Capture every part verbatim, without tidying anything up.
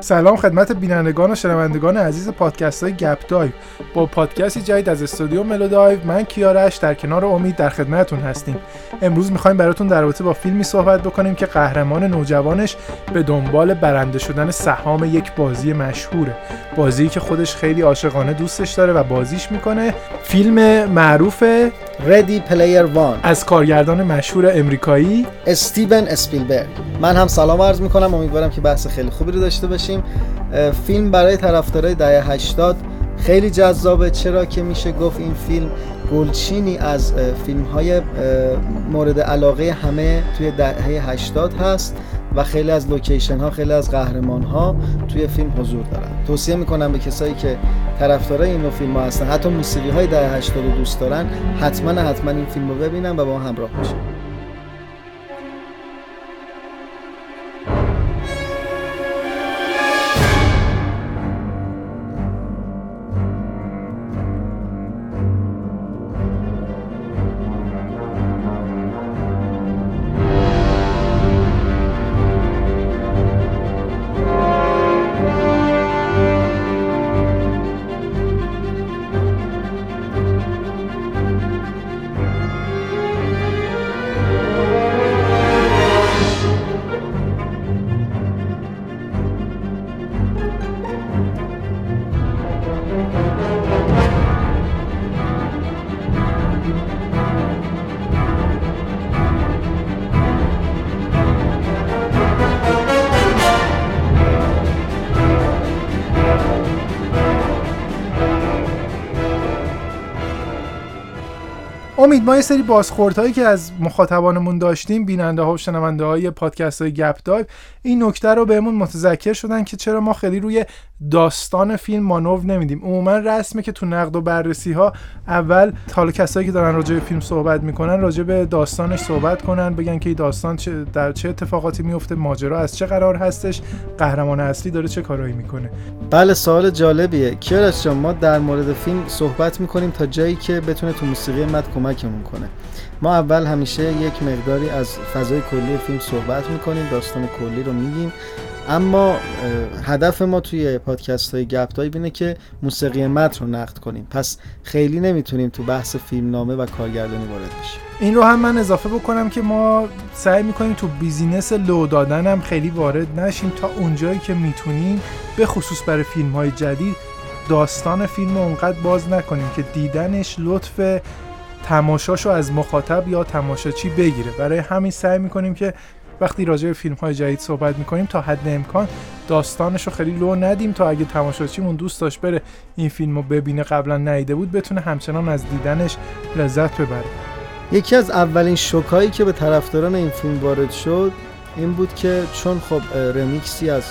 سلام خدمت بینندگان و شنوندگان عزیز پادکست های گپ دایو. با پادکستی جدید از استودیو ملودایو من کیارش در کنار امید در خدمتتون هستیم. امروز میخوایم براتون در رابطه با فیلمی صحبت بکنیم که قهرمان نوجوانش به دنبال برنده شدن سهام یک بازی مشهوره، بازی که خودش خیلی عاشقانه دوستش داره و بازیش میکنه. فیلم معروف ردی پلیر وان از کارگردان مشهور امریکایی استیون اسپیلبرگ. من هم سلام عرض میکنم، امیدوارم که بحث خیلی خوبی رو داشته باشیم. فیلم برای طرفدارای دهه هشتاد خیلی جذابه، چرا که میشه گفت این فیلم گلچینی از فیلم‌های مورد علاقه همه توی دهه هشتاد هست و خیلی از لوکیشن ها، خیلی از قهرمان ها توی فیلم حضور دارن. توصیه میکنم به کسایی که طرفدارای این نوع فیلم ها هستن، حتی موسیقی های دهه هشتاد رو دوست دارن، حتما حتما این فیلم رو ببینن و با ما همراه باشن. امید، ما یه سری بازخوردهایی که از مخاطبانمون داشتیم، بیننده ها و شنونده های پادکست های گپ دایو، این نکته رو بهمون متذکر شدن که چرا ما خیلی روی داستان فیلم مانور نمیدیم. عموما رسمه که تو نقد و بررسی ها اول حالا کسایی که دارن راجع به فیلم صحبت میکنن راجع به داستانش صحبت کنن، بگن که این داستان چه در چه اتفاقاتی میفته، ماجرا از چه قرار هستش، قهرمان اصلی داره چه کارایی میکنه. بله، سوال جالبیه. کیارش جان، ما در مورد فیلم صحبت میکنیم تا جایی که بتونه تو موسیقی متن کمکمون کنه. ما اول همیشه یک مقداری از فضای کلی فیلم صحبت میکنیم، داستان کلی رو میگیم، اما هدف ما توی پادکست های گپ دایو اینه که موسیقی متن رو نقد کنیم، پس خیلی نمیتونیم تو بحث فیلمنامه و کارگردانی وارد بشیم. این رو هم من اضافه بکنم که ما سعی میکنیم تو بیزینس لو دادن هم خیلی وارد نشیم، تا اونجایی که میتونیم، به خصوص برای فیلم های جدید، داستان فیلم رو اونقدر باز نکنیم که دیدنش لطف تماشاشو از مخاطب یا تماشاچی بگیره. برای همین سعی میکنیم که وقتی راجع به فیلم‌های جدید صحبت میکنیم تا حد امکان داستانشو خیلی لو ندیم، تا اگه تماشاچیمون دوست داشت بره این فیلمو ببینه، قبلا ندیده بود، بتونه همچنان از دیدنش لذت ببره. یکی از اولین شوکایی که به طرفداران این فیلم وارد شد این بود که چون خب رمیکسی از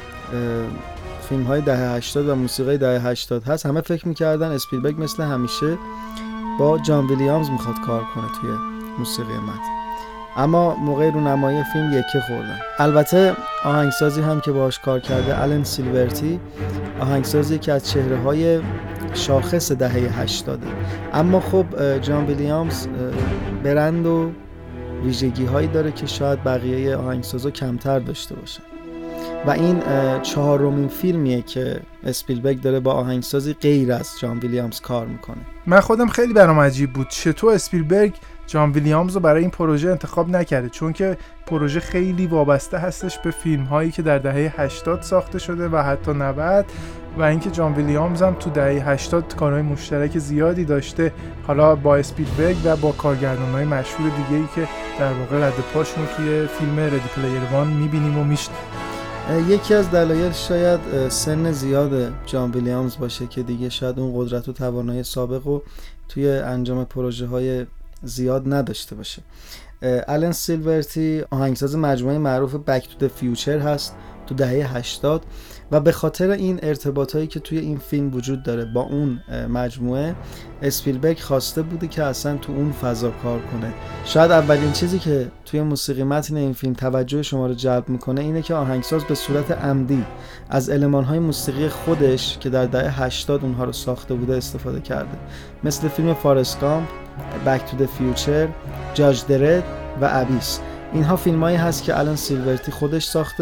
فیلم‌های دهه هشتاد و موسیقی دهه هشتاد هست، همه فکر می‌کردن اسپیلبرگ مثل همیشه با جان ویلیامز میخواد کار کنه توی موسیقی متن، اما موقع رونمایی فیلم یکه خوردن. البته آهنگسازی هم که باهاش کار کرده، آلن سیلورتی، آهنگسازی که از چهره‌های شاخص دهه هشتاده، اما خب جان ویلیامز برند و ویژگی‌هایی داره که شاید بقیه آهنگسازا کمتر داشته باشن و این چهارمین فیلمیه که اسپیلبرگ داره با آهنگسازی غیر از جان ویلیامز کار میکنه. من خودم خیلی برام عجیب بود چطور اسپیلبرگ جان ویلیامز رو برای این پروژه انتخاب نکرده، چون که پروژه خیلی وابسته هستش به فیلم هایی که در دهه هشتاد ساخته شده و حتی نود، و اینکه جان ویلیامز هم تو دهه هشتاد کارهای مشترک زیادی داشته، حالا با اسپیلبرگ و با کارگردان‌های مشهور دیگه‌ای که در واقع رد پاشون توی فیلم ردی پلیر وان می‌بینیم و میشنویم. یکی از دلایل شاید سن زیاد جان ویلیامز باشه که دیگه شاید اون قدرت و توانایی سابق رو توی انجام پروژه های زیاد نداشته باشه. آلن سیلورتی آهنگساز مجموعه معروف بک تو د فیوچر هست تو دهه هشتاد و به خاطر این ارتباطایی که توی این فیلم وجود داره با اون مجموعه، اسپیلبرگ خواسته بوده که اصلا تو اون فضا کار کنه. شاید اولین چیزی که توی موسیقی متن این فیلم توجه شما رو جلب میکنه اینه که آهنگساز به صورت عمدی از المان‌های موسیقی خودش که در دهه هشتاد اونها رو ساخته بوده استفاده کرده، مثل فیلم فارست گامپ، بک تو د فیوچر، جاج درد و ابیس. اینها فیلمایی هست که آلن سیلورتی خودش ساخته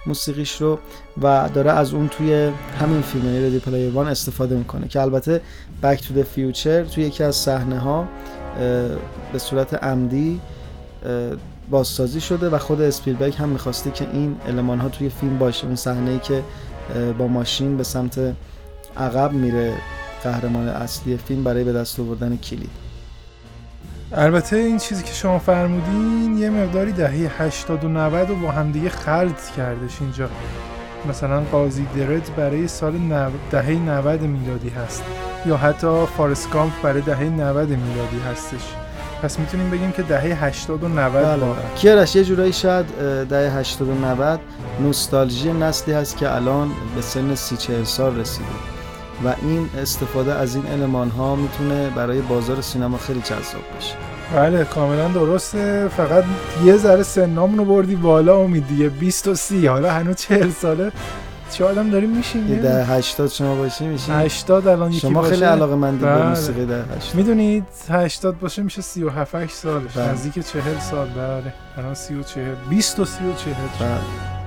موسیقیش رو و داره از اون توی همین فیلم ردی پلیر وان استفاده میکنه که البته بک تو د فیوچر توی یکی از صحنه ها به صورت عمدی بازسازی شده و خود اسپیلبرگ هم میخواسته که این المان ها توی فیلم باشه. اون صحنه‌ای که با ماشین به سمت عقب میره قهرمان اصلی فیلم برای به دست آوردن کلید. البته این چیزی که شما فرمودین یه مقداری دهه هشتاد و نود رو با هم دیگه خلط کردش اینجا. مثلا قاضی درد برای سال نو... دهه نود میلادی هست یا حتی فارست گامپ برای دهه نود میلادی هستش. پس میتونیم بگیم که دهه هشتاد و نود با کیارش یه جورایی شاید دهه هشتاد و نود نوستالژی نسلی هست که الان به سن سی چهل سال رسیده و این استفاده از این المان ها میتونه برای بازار سینما خیلی جذاب بشه. بله کاملا درسته، فقط یه ذره سنامون رو بردی بالا امید دیگه، بیست و سی، حالا هنوز چهل ساله چه آدم داریم میشیم. ده هشتاد شما باشی میشیم هشتاد الان یکی شما باشه. خیلی علاقه‌مندی به موسیقی ده هشتاد. میدونید هشتاد باشه میشه سی و هفت هشت سالش، نزدیک چهل سال. بله الان سی و چهل، بیست و سی و چهل. بله.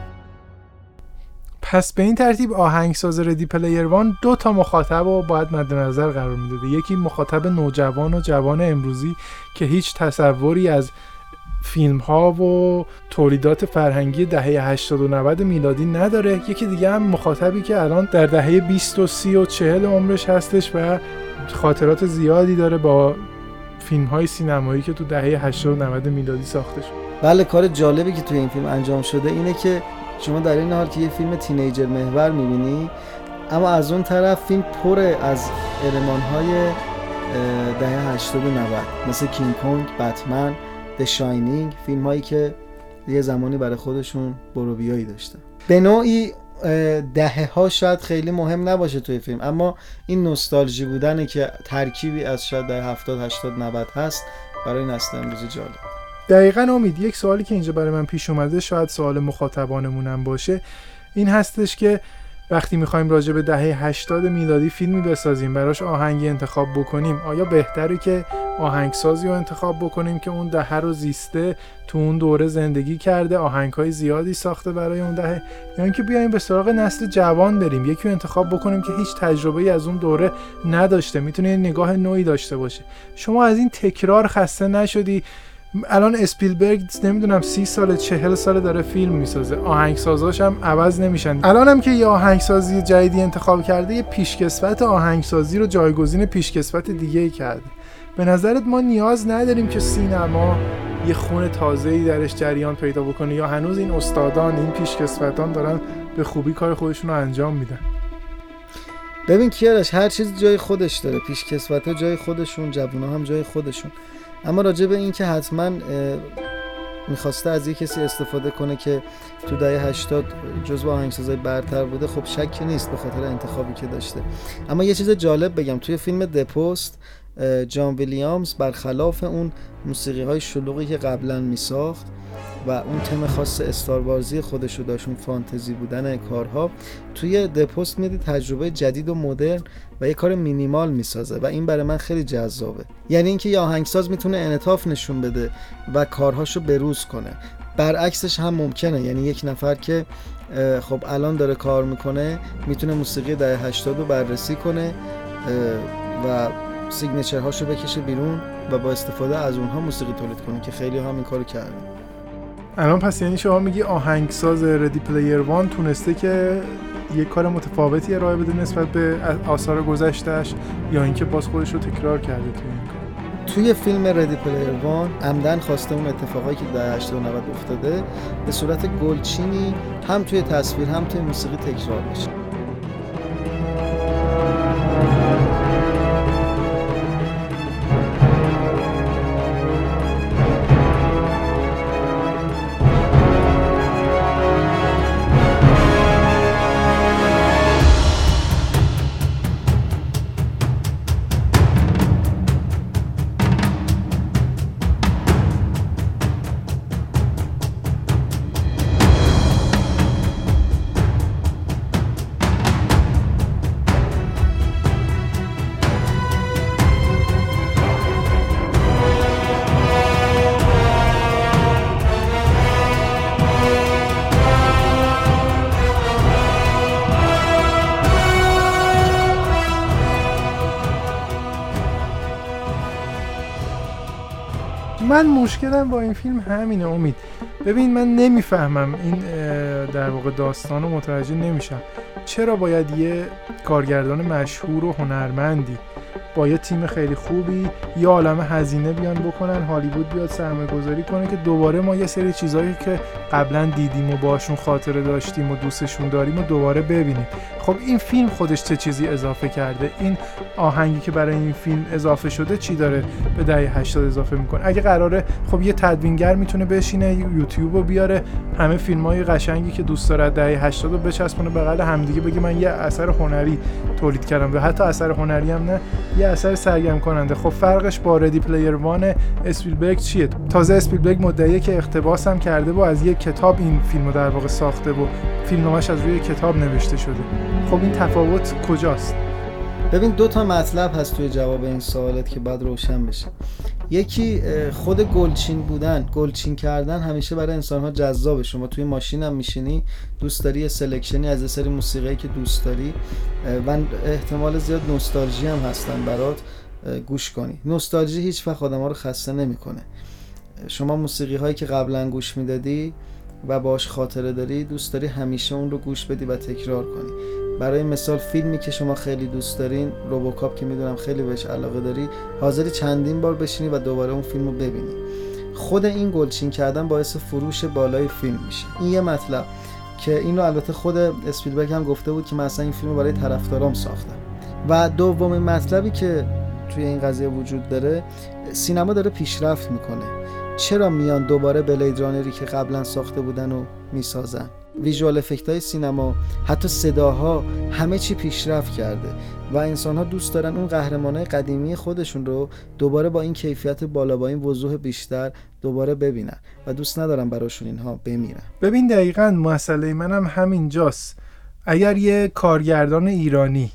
پس به این ترتیب آهنگساز ردی پلیر وان دو تا مخاطب رو باید مد نظر قرار میداده. یکی مخاطب نوجوان و جوان امروزی که هیچ تصوری از فیلم ها و تولیدات فرهنگی دهه هشتاد و نود میلادی نداره. یکی دیگه هم مخاطبی که الان در دهه بیست و سی و چهل عمرش هستش و خاطرات زیادی داره با فیلم های سینمایی که تو دهه هشتاد و نود میلادی ساخته شد. بله کار جالبی که توی این فیلم انجام شده اینه که شما در این حال که یه فیلم تینیجر محور میبینی، اما از اون طرف فیلم پر از المان‌های دهه هشتاد و نود مثل کینگ کونگ، بتمن، د شاینینگ، فیلم هایی که یه زمانی برای خودشون بروبیایی داشتن. به نوعی دهه ها شاید خیلی مهم نباشه توی فیلم، اما این نوستالژی بودنه که ترکیبی از شاید دهه هفتاد هشتاد نود هست برای نسل امروزی جالب. دقیقاً امید، یک سوالی که اینجا برای من پیش اومده، شاید سوال مخاطبانمونم باشه، این هستش که وقتی میخوایم راجع به دهه هشتاد میلادی فیلمی بسازیم، براش آهنگی انتخاب بکنیم، آیا بهتره که آهنگسازی رو انتخاب بکنیم که اون دهه رو زیسته، تو اون دوره زندگی کرده، آهنگ‌های زیادی ساخته برای اون دهه، یا اینکه بیایم به سراغ نسل جوان بریم، یکی رو انتخاب بکنیم که هیچ تجربه‌ای از اون دوره نداشته، میتونه نگاه نوعی داشته باشه؟ شما از این تکرار خسته نشدی؟ الان اسپیلبرگ نمیدونم سی سال چهل سال داره فیلم میسازه، آهنگسازاش هم عوض نمیشن. الان هم که یه آهنگسازی جدیدی انتخاب کرده، یه پیشکسوت آهنگسازی رو جایگزین پیشکسوت دیگه‌ای کرده. به نظرت ما نیاز نداریم که سینما یه خون تازه‌ای درش جریان پیدا بکنه، یا هنوز این استادان، این پیشکسوتان دارن به خوبی کار خودشون رو انجام میدن؟ ببین کیارش، هر چیز جای خودش داره، پیشکسوت‌ها جای خودشون، جوونا هم جای خودشون، اما راجع به این که حتما میخواسته از یک کسی استفاده کنه که تو دهه هشتاد جزو آهنگسازای برتر بوده، خب شکی نیست به خاطر انتخابی که داشته. اما یه چیز جالب بگم، توی فیلم دپوست جان ویلیامز برخلاف اون موسیقی های شلوغی که قبلا میساخت و اون تم خاص استاروارزی خودشو داشت، اون فانتزی بودن کارها، توی دپوست میاد تجربه جدید و مدرن و یه کار مینیمال میسازه و این برای من خیلی جذابه. یعنی اینکه یه آهنگساز میتونه انعطاف نشون بده و کارهاشو بروز کنه. برعکسش هم ممکنه، یعنی یک نفر که خب الان داره کار میکنه میتونه موسیقی دهه هشتاد رو بررسی کنه و سیگنچرهاشو بکشه بیرون و با استفاده از اونها موسیقی تولید کنه که خیلی هم این کارو کردن. الان پس یعنی شما میگی آهنگساز ردی پلیر وان تونسته که یک کار متفاوتی ارائه بده نسبت به آثار گذشته‌اش، یا اینکه باز خودش رو تکرار کرده توی این کار؟ توی فیلم ردی پلیر وان عمدن خواسته اون اتفاقایی که در هشتاد و نود افتاده به صورت گلچینی هم توی تصویر هم توی موسیقی تکرار بشه. من مشکلم با این فیلم همینه امید. ببین من نمیفهمم این در واقع داستانو متوجه نمیشم چرا باید یه کارگردان مشهور و هنرمندی با یه تیم خیلی خوبی یه عالمه هزینه بیان بکنن، هالیوود بیاد سرمایه گذاری کنه که دوباره ما یه سری چیزایی که قبلا دیدیم و باشون خاطره داشتیم و دوستشون داریم و دوباره ببینیم. خب این فیلم خودش چه چیزی اضافه کرده؟ این آهنگی که برای این فیلم اضافه شده چی داره به دهه هشتاد اضافه میکنه؟ اگه قراره خب یه تدوینگر میتونه بشینه یوتیوب رو بیاره همه فیلمای قشنگی که دوست داره دهه هشتاد رو بچسبونه بغل همدیگه بگه من یه اثر هنری تولید کردم، و حتی اثر هنری هم نه، یه اثر سرگرم کننده. خب فرقش با ردی پلیر وان اسپیلبرگ چیه؟ تازه اسپیلبرگ مدعیه که اقتباس هم کرده و از یه کتاب این فیلمو در واقع ساخته و فیلمنامه‌اش از روی کتاب نوشته شده. خب این تفاوت کجاست؟ ببین دو تا مطلب هست توی جواب این سوالت که باید روشن بشه. یکی خود گلچین بودن، گلچین کردن همیشه برای انسان‌ها جذابه. شما توی ماشین هم میشینی دوست داری یه سلکشنی از یه سری موسیقی که دوست داری و احتمال زیاد نوستالژی هم هستن برات گوش کنی. نوستالژی هیچ وقت آدم‌ها رو خسته نمی‌کنه. شما موسیقی هایی که قبلا گوش میدادی و باهاش خاطره داری دوست داری همیشه اون رو گوش بدی و تکرار کنی. برای مثال فیلمی که شما خیلی دوست دارین، روبوکاپ که میدونم خیلی بهش علاقه داری، حاضری چندین بار بشینی و دوباره اون فیلم رو ببینی. خود این گلچین کردن باعث فروش بالای فیلم میشه. این یه مطلب که اینو البته خود اسپیلبرگ هم گفته بود که مثلا این فیلم رو برای طرفدارام ساختم. و دومین مطلبی که توی این قضیه وجود داره، سینما داره پیشرفت میکنه. چرا میان دوباره بلید رانری که قبلا ساخته بودن رو میسازن؟ ویژوال افکت های سینما، حتی صداها، همه چی پیشرفت کرده و انسان ها دوست دارن اون قهرمانای قدیمی خودشون رو دوباره با این کیفیت بالا، با این وضوح بیشتر دوباره ببینن و دوست ندارن براشون اینها بمیرن. ببین دقیقاً مسئله منم همینجاست. اگر یه کارگردان ایرانی،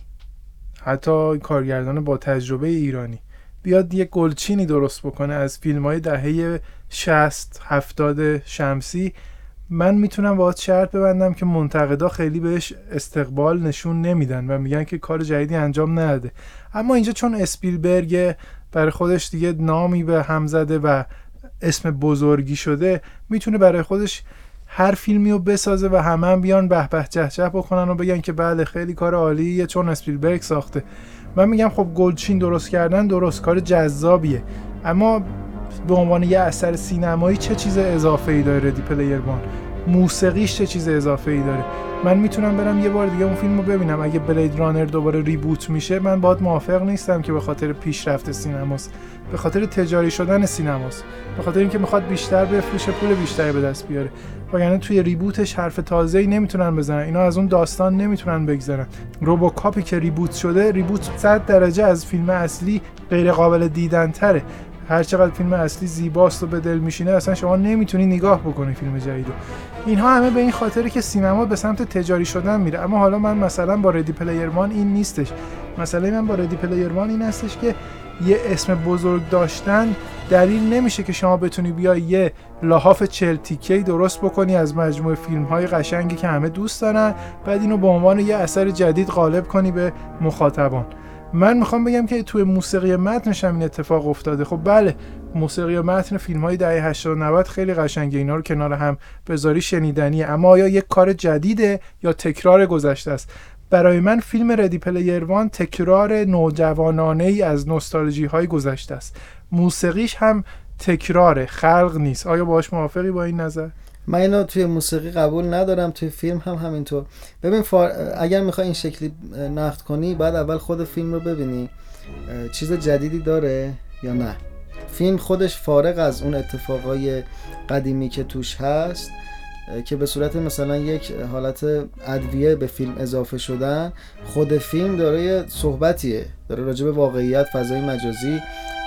حتی کارگردان با تجربه ایرانی، بیاد یه گلچینی درست بکنه از فیلم‌های دهه شصت هفتاد شمسی، من میتونم باهات شرط ببندم که منتقدا خیلی بهش استقبال نشون نمیدن و میگن که کار جدیدی انجام نداده. اما اینجا چون اسپیلبرگ برای خودش دیگه نامی به هم زده و اسم بزرگی شده، میتونه برای خودش هر فیلمی رو بسازه و همه هم بیان به به چه چه بکنن و بگن که بله خیلی کار عالیه چون اسپیلبرگ ساخته. من میگم خب گلچین درست کردن درست کار جذابیه، اما به عنوان یه اثر سینمایی چه چیز اضافه‌ای داره ردی پلیر وان؟ موسیقیش چه چیز اضافه‌ای داره؟ من میتونم برم یه بار دیگه اون فیلمو ببینم. اگه بلید رانر دوباره ریبوت میشه من باهات موافق نیستم که به خاطر پیشرفت سینماست، به خاطر تجاری شدن سینماست، به خاطر اینکه میخواد بیشتر بفروشه، پول بیشتری به دست بیاره. وگرنه توی ریبوتش حرف تازه‌ای نمیتونن بزنن، اینا از اون داستان نمیتونن بگذرن. روبوکاپی که ریبوت شده، ریبوت صد درجه از فیلم اصلی غیر قابل دیدن تره. هر چقدر فیلم اصلی زیباست و به دل میشینه اصلا شما نمیتونی نگاه بکنی فیلم جدیدو. اینها همه به این خاطره که سینما به سمت تجاری شدن میره. اما حالا من مثلا با ردی پلیر وان این نیستش. مثلا من با ردی پلیر وان این هستش که یه اسم بزرگ داشتن دلیل نمیشه که شما بتونی بیای یه لحاف چهل تیکه‌ای درست بکنی از مجموعه فیلم‌های قشنگی که همه دوست دارن، بعد اینو به عنوان یه اثر جدید غالب کنی به مخاطبان. من میخوام بگم که توی موسیقی متنش هم این اتفاق افتاده. خب بله موسیقی متن فیلم‌های دهه هشتاد و نود خیلی قشنگه، اینا رو کنار هم بذاری شنیدنیه، اما آیا یک کار جدیده یا تکرار گذشته است؟ برای من فیلم ردی پلیر وان تکرار نوجوانانه‌ای از نوستالژی‌های گذشته است. موسیقیش هم تکرار، خلق نیست. آیا باهاش موافقی با این نظر؟ من اینو توی موسیقی قبول ندارم، توی فیلم هم همینطور. ببین فار... اگر میخوای این شکلی نقد کنی بعد اول خود فیلم رو ببینی چیز جدیدی داره یا نه. فیلم خودش فارغ از اون اتفاقای قدیمی که توش هست که به صورت مثلا یک حالت ادویه به فیلم اضافه شدن، خود فیلم داره یه صحبتیه، داره راجع به واقعیت، فضای مجازی،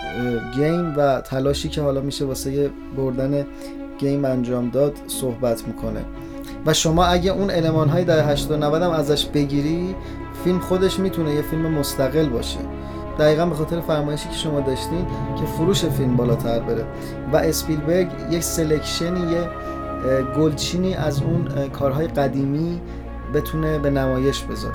گیم و تلاشی که حالا میشه واسه بردن گیم انجام داد صحبت میکنه. و شما اگه اون المان های در هشتاد و نود هم ازش بگیری، فیلم خودش میتونه یه فیلم مستقل باشه، دقیقا به خاطر فرمایشی که شما داشتین که فروش فیلم بالاتر بره. و اسپیلبرگ یک سلکشنی، یه گلچینی از اون کارهای قدیمی بتونه به نمایش بذاره.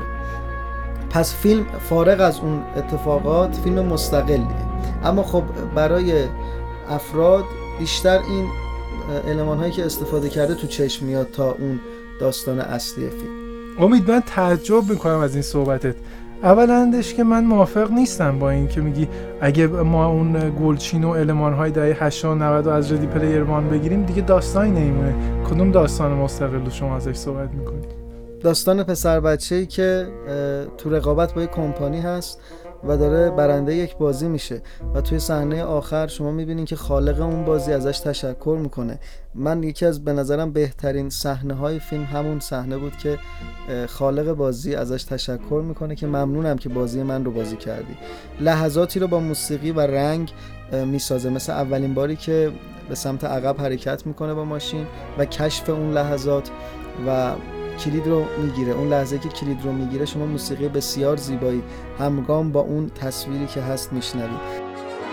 پس فیلم فارغ از اون اتفاقات فیلم مستقلیه. اما خب برای افراد بیشتر این المان هایی که استفاده کرده تو چشم میاد تا اون داستان اصلی فیلم. امید، من تعجب میکنم از این صحبتت. اولندش که من موافق نیستم با این که میگی اگه ما اون گلچین و المان‌های دهه هشتاد و نود رو از ردی پلیر وان بگیریم دیگه داستانی نمیمونه. کدوم داستان مستقل شما ازش صحبت میکنی؟ داستان پسر بچه‌ای که تو رقابت با یک کمپانی هست و داره برنده یک بازی میشه و توی صحنه آخر شما میبینین که خالق اون بازی ازش تشکر میکنه. من یکی از به نظرم بهترین صحنه های فیلم همون صحنه بود که خالق بازی ازش تشکر میکنه که ممنونم که بازی من رو بازی کردی. لحظاتی رو با موسیقی و رنگ میسازه، مثل اولین باری که به سمت عقب حرکت میکنه با ماشین و کشف اون لحظات و کلید رو میگیره. اون لحظه که کلید رو میگیره شما موسیقی بسیار زیبایی همگام با اون تصویری که هست میشنوید.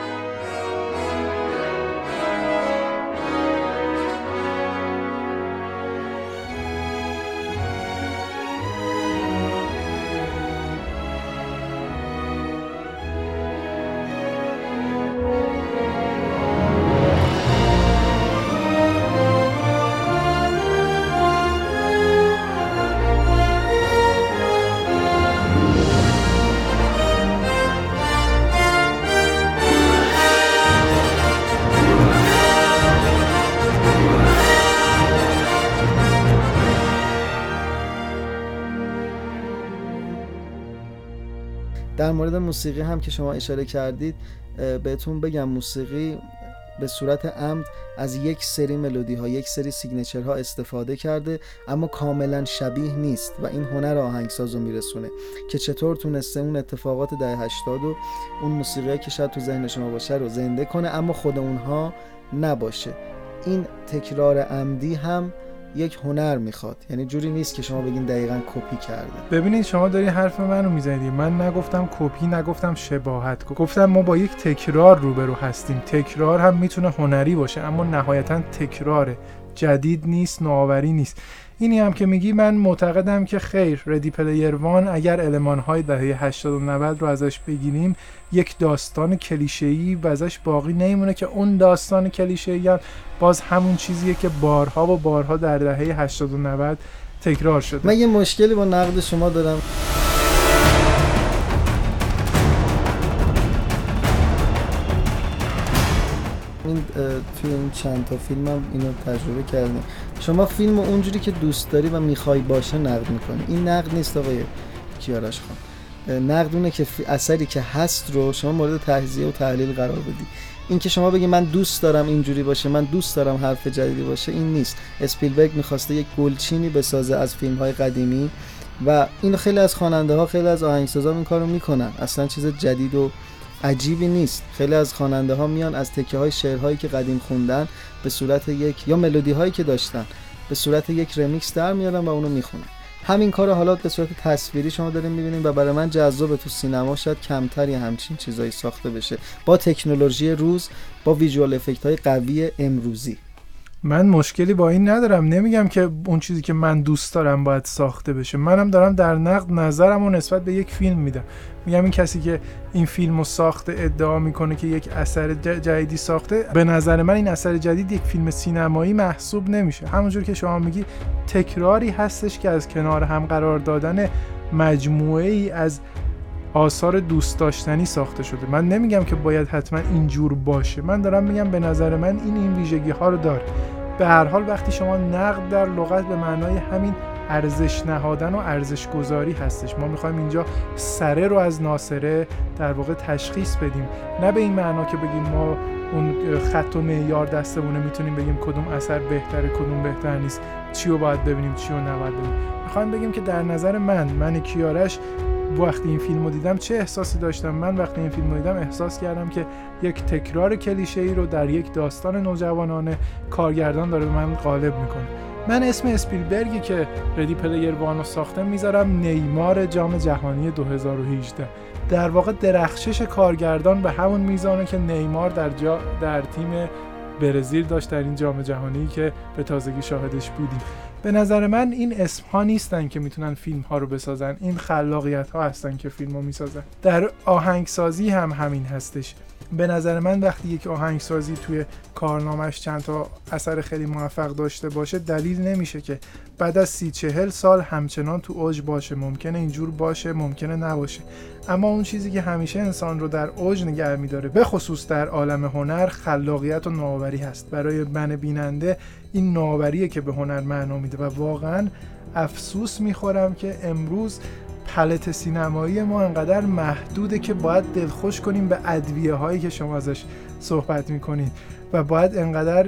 در مورد موسیقی هم که شما اشاره کردید بهتون بگم، موسیقی به صورت عمد از یک سری ملودی ها، یک سری سیگنچر ها استفاده کرده اما کاملا شبیه نیست و این هنر آهنگساز رو میرسونه که چطور تونسته اون اتفاقات دهه هشتاد و اون موسیقی که شاید تو ذهن شما باشه رو زنده کنه اما خود اونها نباشه. این تکرار عمدی هم یک هنر میخواد، یعنی جوری نیست که شما بگین دقیقاً کپی کرده. ببینید شما داری حرف منو میزنید، من نگفتم کپی، نگفتم شباهت، گفتم ما با یک تکرار روبرو هستیم. تکرار هم میتونه هنری باشه اما نهایتاً تکراره، جدید نیست، نوآوری نیست. اینی هم که میگی من معتقدم که خیر، ردی پلیر وان اگر المان‌های دهه هشتاد و نود رو ازش بگیریم یک داستان کلیشه‌ای و ازش باقی نمیمونه که اون داستان کلیشه‌ای هم باز همون چیزیه که بارها و بارها در دهه هشتاد و نود تکرار شده. من یه مشکلی با نقد شما دارم. این توی این چند تا فیلمم اینو تجربه کردیم. شما فیلم اونجوری که دوست داری و میخوای باشه نقد میکنی. این نقد نیست آقای کیارش خان. نقد اونه که اثری که هست رو شما مورد تجزیه و تحلیل قرار بدی. این که شما بگی من دوست دارم اینجوری باشه، من دوست دارم حرف جدیدی باشه، این نیست. اسپیلبرگ میخواسته یک گلچینی بسازه از فیلم‌های قدیمی و این خیلی از خواننده‌ها، خیلی از آهنگسازا این کارو میکنن. اصلا چیز جدید و عجیبی نیست. خیلی از خواننده ها میان از تکه های شعرهایی که قدیم خوندن به صورت یک یا ملودی هایی که داشتن به صورت یک رمیکس در میارن و اونو میخونن. همین کار حالا به صورت تصویری شما دارین میبینین و برای من جذابه. تو سینما شاید کمتری همچین چیزایی ساخته بشه با تکنولوژی روز، با ویژوال افکت های قوی امروزی. من مشکلی با این ندارم، نمیگم که اون چیزی که من دوست دارم باید ساخته بشه. منم دارم در نقد نظرم رو نسبت به یک فیلم میدم. میگم این کسی که این فیلم رو ساخته ادعا میکنه که یک اثر جدیدی ساخته، به نظر من این اثر جدید یک فیلم سینمایی محسوب نمیشه. همونجور که شما میگی تکراری هستش که از کنار هم قرار دادن مجموعه ای از آثار دوست داشتنی ساخته شده. من نمیگم که باید حتما اینجور باشه، من دارم میگم به نظر من این این ویژگی ها رو داره. به هر حال وقتی شما نقد در لغت به معنای همین ارزش نهادن و ارزش گذاری هستش، ما میخوایم اینجا سره رو از ناسره در واقع تشخیص بدیم، نه به این معنا که بگیم ما اون خط و معیار دستمونه میتونیم بگیم کدوم اثر بهتره کدوم بهتر نیست، چی رو باید ببینیم چی رو نباید ببینیم. میخوایم بگیم که در نظر من من کیارش وقتی این فیلم رو دیدم چه احساسی داشتم. من وقتی این فیلم رو دیدم احساس کردم که یک تکرار کلیشه‌ای رو در یک داستان نوجوانانه کارگردان داره به من غالب میکنه. من اسم اسپیلبرگی که ردی پلیر وان رو ساخته میذارم نیمار جام جهانی دو هزار و هجده. در واقع درخشش کارگردان به همون میزانه که نیمار در جا در تیم برزیل داشت در این جام جهانی که به تازگی شاهدش بودیم. به نظر من این اسم ها نیستن که میتونن فیلم ها رو بسازن، این خلاقیت ها هستن که فیلم رو میسازن. در آهنگسازی هم همین هستش. به نظر من وقتی یک آهنگسازی توی کارنامش چند تا اثر خیلی موفق داشته باشه، دلیل نمیشه که بعد از سی چهل سال همچنان تو اوج باشه. ممکنه اینجور باشه، ممکنه نباشه، اما اون چیزی که همیشه انسان رو در اوج نگه میداره، به خصوص در عالم هنر، خلاقیت و نوآوری هست. برای من بیننده این نوآوریه که به هنر معنا میده و واقعا افسوس میخورم که امروز پلت سینمایی ما انقدر محدوده که باید دلخوش کنیم به ادویه هایی که شما ازش صحبت میکنید و باید انقدر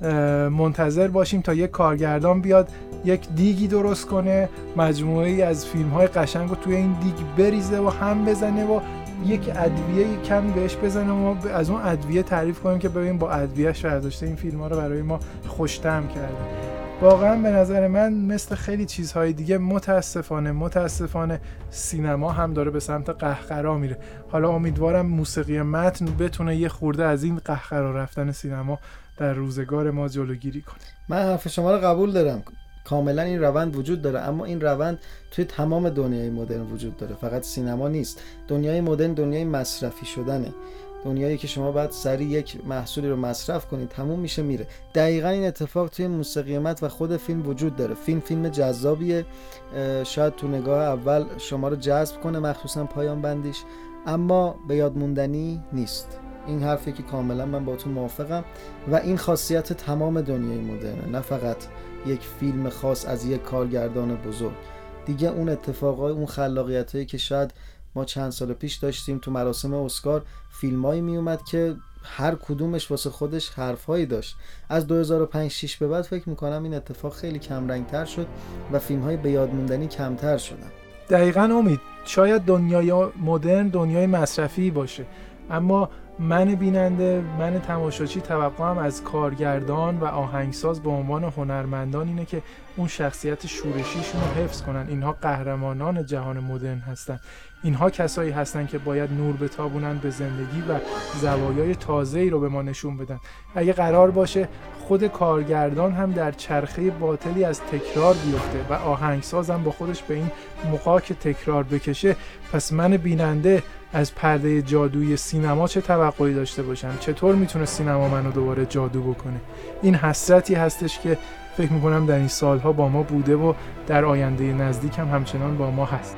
منتظر باشیم تا یک کارگردان بیاد یک دیگی درست کنه، مجموعه‌ای از فیلم‌های قشنگ رو توی این دیگ بریزه و هم بزنه و یک ادویه کم بهش بزنه و ما از اون ادویه تعریف کنیم که ببین با ادویه‌اش برداشته این فیلم‌ها رو برای ما خوش‌طعم کرده. واقعا به نظر من مثل خیلی چیزهای دیگه متاسفانه متاسفانه سینما هم داره به سمت قهقرا میره. حالا امیدوارم موسیقی متن بتونه یه خورده از این قهقرا رفتن سینما در روزگار ما جلوگیری کنه. من حرف شما رو قبول دارم، کاملا این روند وجود داره، اما این روند توی تمام دنیای مدرن وجود داره، فقط سینما نیست. دنیای مدرن دنیای مصرفی شدنه، دنیایی که شما باید سریع یک محصولی رو مصرف کنید، تموم میشه میره. دقیقاً این اتفاق توی موسیقی متن و خود فیلم وجود داره. فیلم فیلم جذابیه، شاید تو نگاه اول شما رو جذب کنه، مخصوصا پایان بندیش، اما به یاد موندنی نیست. این حرفی که کاملا من با تو موافقم و این خاصیت تمام دنیای مدرنه، نه فقط یک فیلم خاص از یک کارگردان بزرگ. دیگه اون اتفاقای، اون خلاقیتایی که شاید ما چند سال پیش داشتیم تو مراسم اسکار، فیلمایی می اومد که هر کدومش واسه خودش حرفایی داشت. از دو هزار و پنج شش به بعد فکر میکنم این اتفاق خیلی کم رنگتر شد و فیلم‌های به یاد موندنی کمتر شدن. دقیقاً امید، شاید دنیای مدرن دنیای مصرفی باشه، اما من بیننده، من تماشاچی، توقعم از کارگردان و آهنگساز به عنوان هنرمندان اینه که اون شخصیت شورشیشون رو حفظ کنن. اینها قهرمانان جهان مدرن هستن. اینها کسایی هستن که باید نور بتابونن به زندگی و زوایای تازه‌ای رو به ما نشون بدن. اگه قرار باشه خود کارگردان هم در چرخه باطلی از تکرار بیفته و آهنگساز هم با خودش به این مقاک تکرار بکشه، پس من بیننده از پرده جادویی سینما چه توقعی داشته باشم؟ چطور میتونه سینما منو دوباره جادو بکنه؟ این حسرتی هستش که فکر میکنم در این سالها با ما بوده و در آینده نزدیک هم همچنان با ما هست.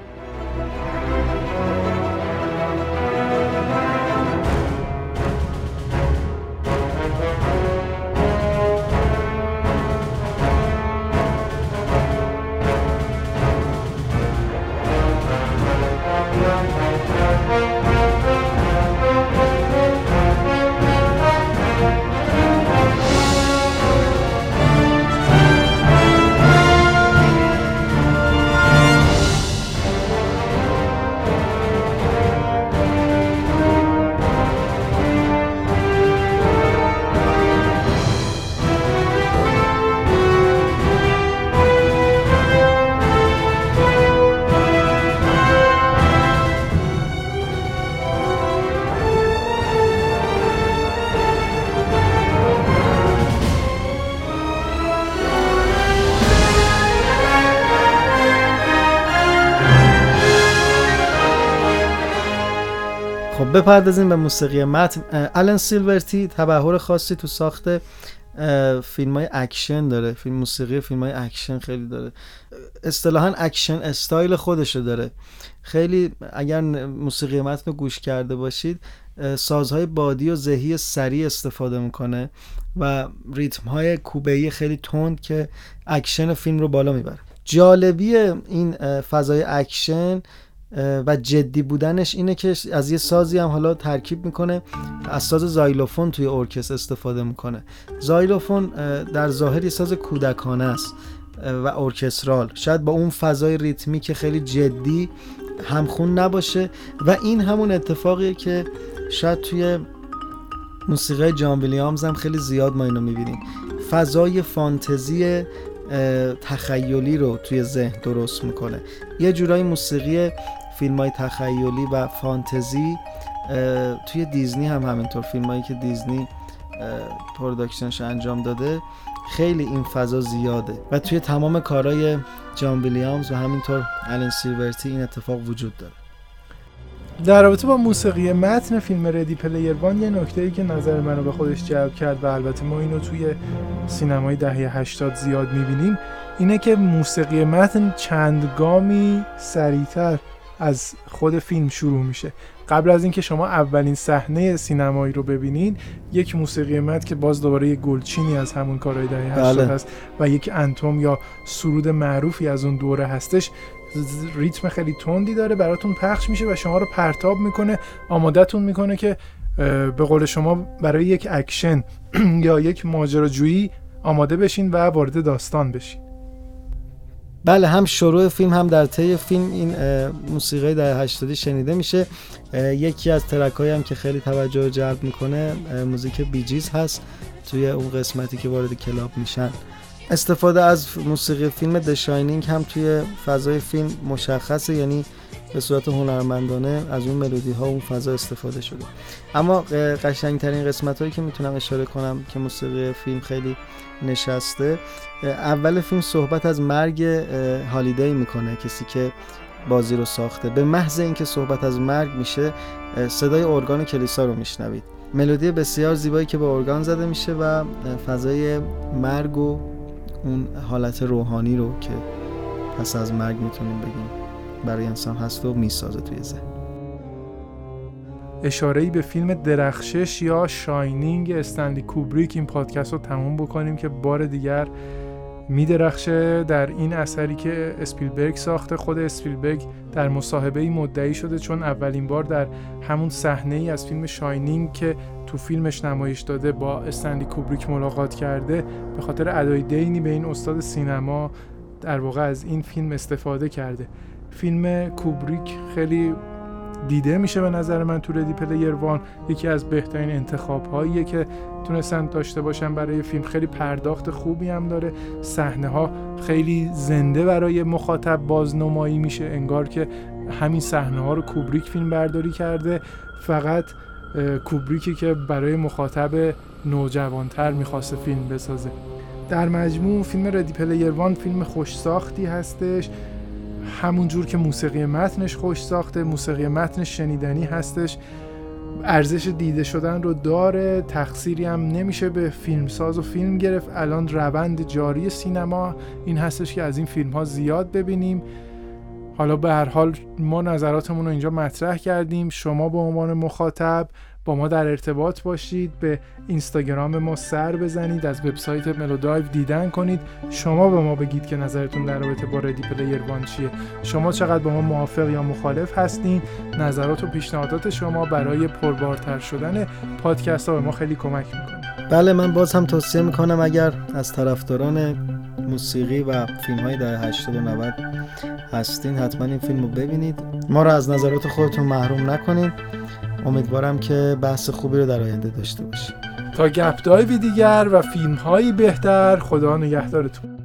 بپردازیم به موسیقی متن. آلن سیلورتی تبحر خاصی تو ساخت فیلم‌های اکشن داره، فیلم موسیقی فیلم‌های اکشن خیلی داره، اصطلاحاً اکشن استایل خودشو داره. خیلی اگر موسیقی متن رو گوش کرده باشید، سازهای بادی و زهی سریع استفاده میکنه و ریتم‌های کوبه‌ای خیلی تند که اکشن فیلم رو بالا میبره. جالبی این فضای اکشن و جدی بودنش اینه که از یه سازی هم حالا ترکیب میکنه، از ساز زایلوفون توی ارکستر استفاده میکنه. زایلوفون در ظاهر یه ساز کودکانه است و ارکسترال، شاید با اون فضای ریتمی که خیلی جدی همخون نباشه و این همون اتفاقیه که شاید توی موسیقی جان ویلیامز هم خیلی زیاد ما اینو میبینیم، فضای فانتزی تخیلی رو توی ذهن درست میکنه. یه جورای موسیقی فیلم‌های تخیلی و فانتزی توی دیزنی هم همینطور، فیلمایی که دیزنی پروداکشنش انجام داده خیلی این فضا زیاده و توی تمام کارهای جان ویلیامز و همینطور آلن سیلورتی این اتفاق وجود داره. در رابطه با موسیقی متن فیلم ردی پلیر وان یه نکته‌ای که نظر منو به خودش جلب کرد و البته ما اینو توی سینمای دهه هشتاد زیاد می‌بینیم اینه که موسیقی متن چند گامی سریعتر از خود فیلم شروع میشه. قبل از اینکه شما اولین صحنه سینمایی رو ببینین، یک موسیقی متن که باز دوباره یک گلچینی از همون کارهای دهه هشتاد بله. هست و یک انتم یا سرود معروفی از اون دوره هستش، ریتم خیلی تندی داره، براتون پخش میشه و شما رو پرتاب میکنه، آمادهتون میکنه که به قول شما برای یک اکشن یا یک ماجراجویی آماده بشین و وارد داستان بشین. بله، هم شروع فیلم هم در طی فیلم این موسیقی در هشتادی شنیده میشه. یکی از ترک‌هایی هم که خیلی توجه رو جلب میکنه موزیک بیجیز هست توی اون قسمتی که وارد کلاب میشن. استفاده از موسیقی فیلم د شاینینگ هم توی فضای فیلم مشخصه، یعنی به صورت هنرمندانه از اون ملودی ها اون فضا استفاده شده. اما قشنگترین قسمت هایی که میتونم اشاره کنم که موسیقی فیلم خیلی نشسته، اول فیلم صحبت از مرگ هالیدی میکنه، کسی که بازی رو ساخته. به محض اینکه صحبت از مرگ میشه صدای ارگان کلیسا رو میشنوید، ملودی بسیار زیبایی که با ارگان زده میشه و فضای مرگ و اون حالت روحانی رو که پس از مرگ میتونیم بگیم برای انسان هست و میسازه توی ذهن. اشاره‌ای به فیلم درخشش یا شاینینگ استنلی کوبریک این پادکست رو تموم بکنیم که بار دیگر میدرخشه در این اثری که اسپیلبرگ ساخته. خود اسپیلبرگ در مصاحبه‌ای مدعی شده چون اولین بار در همون صحنه‌ای از فیلم شاینینگ که تو فیلمش نمایش داده با استنلی کوبریک ملاقات کرده، به خاطر ادای دینی به این استاد سینما در واقع از این فیلم استفاده کرده. فیلم کوبریک خیلی دیده میشه به نظر من تو ردی پلیر وان، یکی از بهترین انتخاب‌هاییه که تونستن داشته باشن برای فیلم. خیلی پرداخت خوبی هم داره، صحنه‌ها خیلی زنده برای مخاطب بازنمایی میشه، انگار که همین صحنه‌ها رو کوبریک فیلم برداری کرده، فقط کوبریکی که برای مخاطب نوجوانتر میخواسته فیلم بسازه. در مجموع فیلم ردی پلیر وان فیلم خوش ساختی هستش، همون جور که موسیقی متنش خوش ساخته، موسیقی متنش شنیدنی هستش، ارزش دیده شدن رو داره، تقصیری هم نمیشه به فیلمساز و فیلم گرفت. الان روند جاری سینما این هستش که از این فیلم ها زیاد ببینیم. حالا به هر حال ما نظراتمون رو اینجا مطرح کردیم، شما به عنوان مخاطب با ما در ارتباط باشید، به اینستاگرام ما سر بزنید، از وبسایت ملودرایو دیدن کنید، شما به ما بگید که نظرتون در رابطه با ردی پلیر وان چیه، شما چقدر با ما موافق یا مخالف هستین. نظرات و پیشنهادات شما برای پربارتر شدن پادکست ها به ما خیلی کمک میکنه. بله، من باز هم توصیه میکنم اگر از طرفداران موسیقی و فیلم های دهه هشتاد و نود هستین حتما این فیلم رو ببینید، ما رو از نظرات خودتون محروم نکنین. امیدوارم که بحث خوبی رو در آینده داشته باشیم. تا گپ دایوی دیگر و فیلم هایی بهتر، خدا نگهدارتون.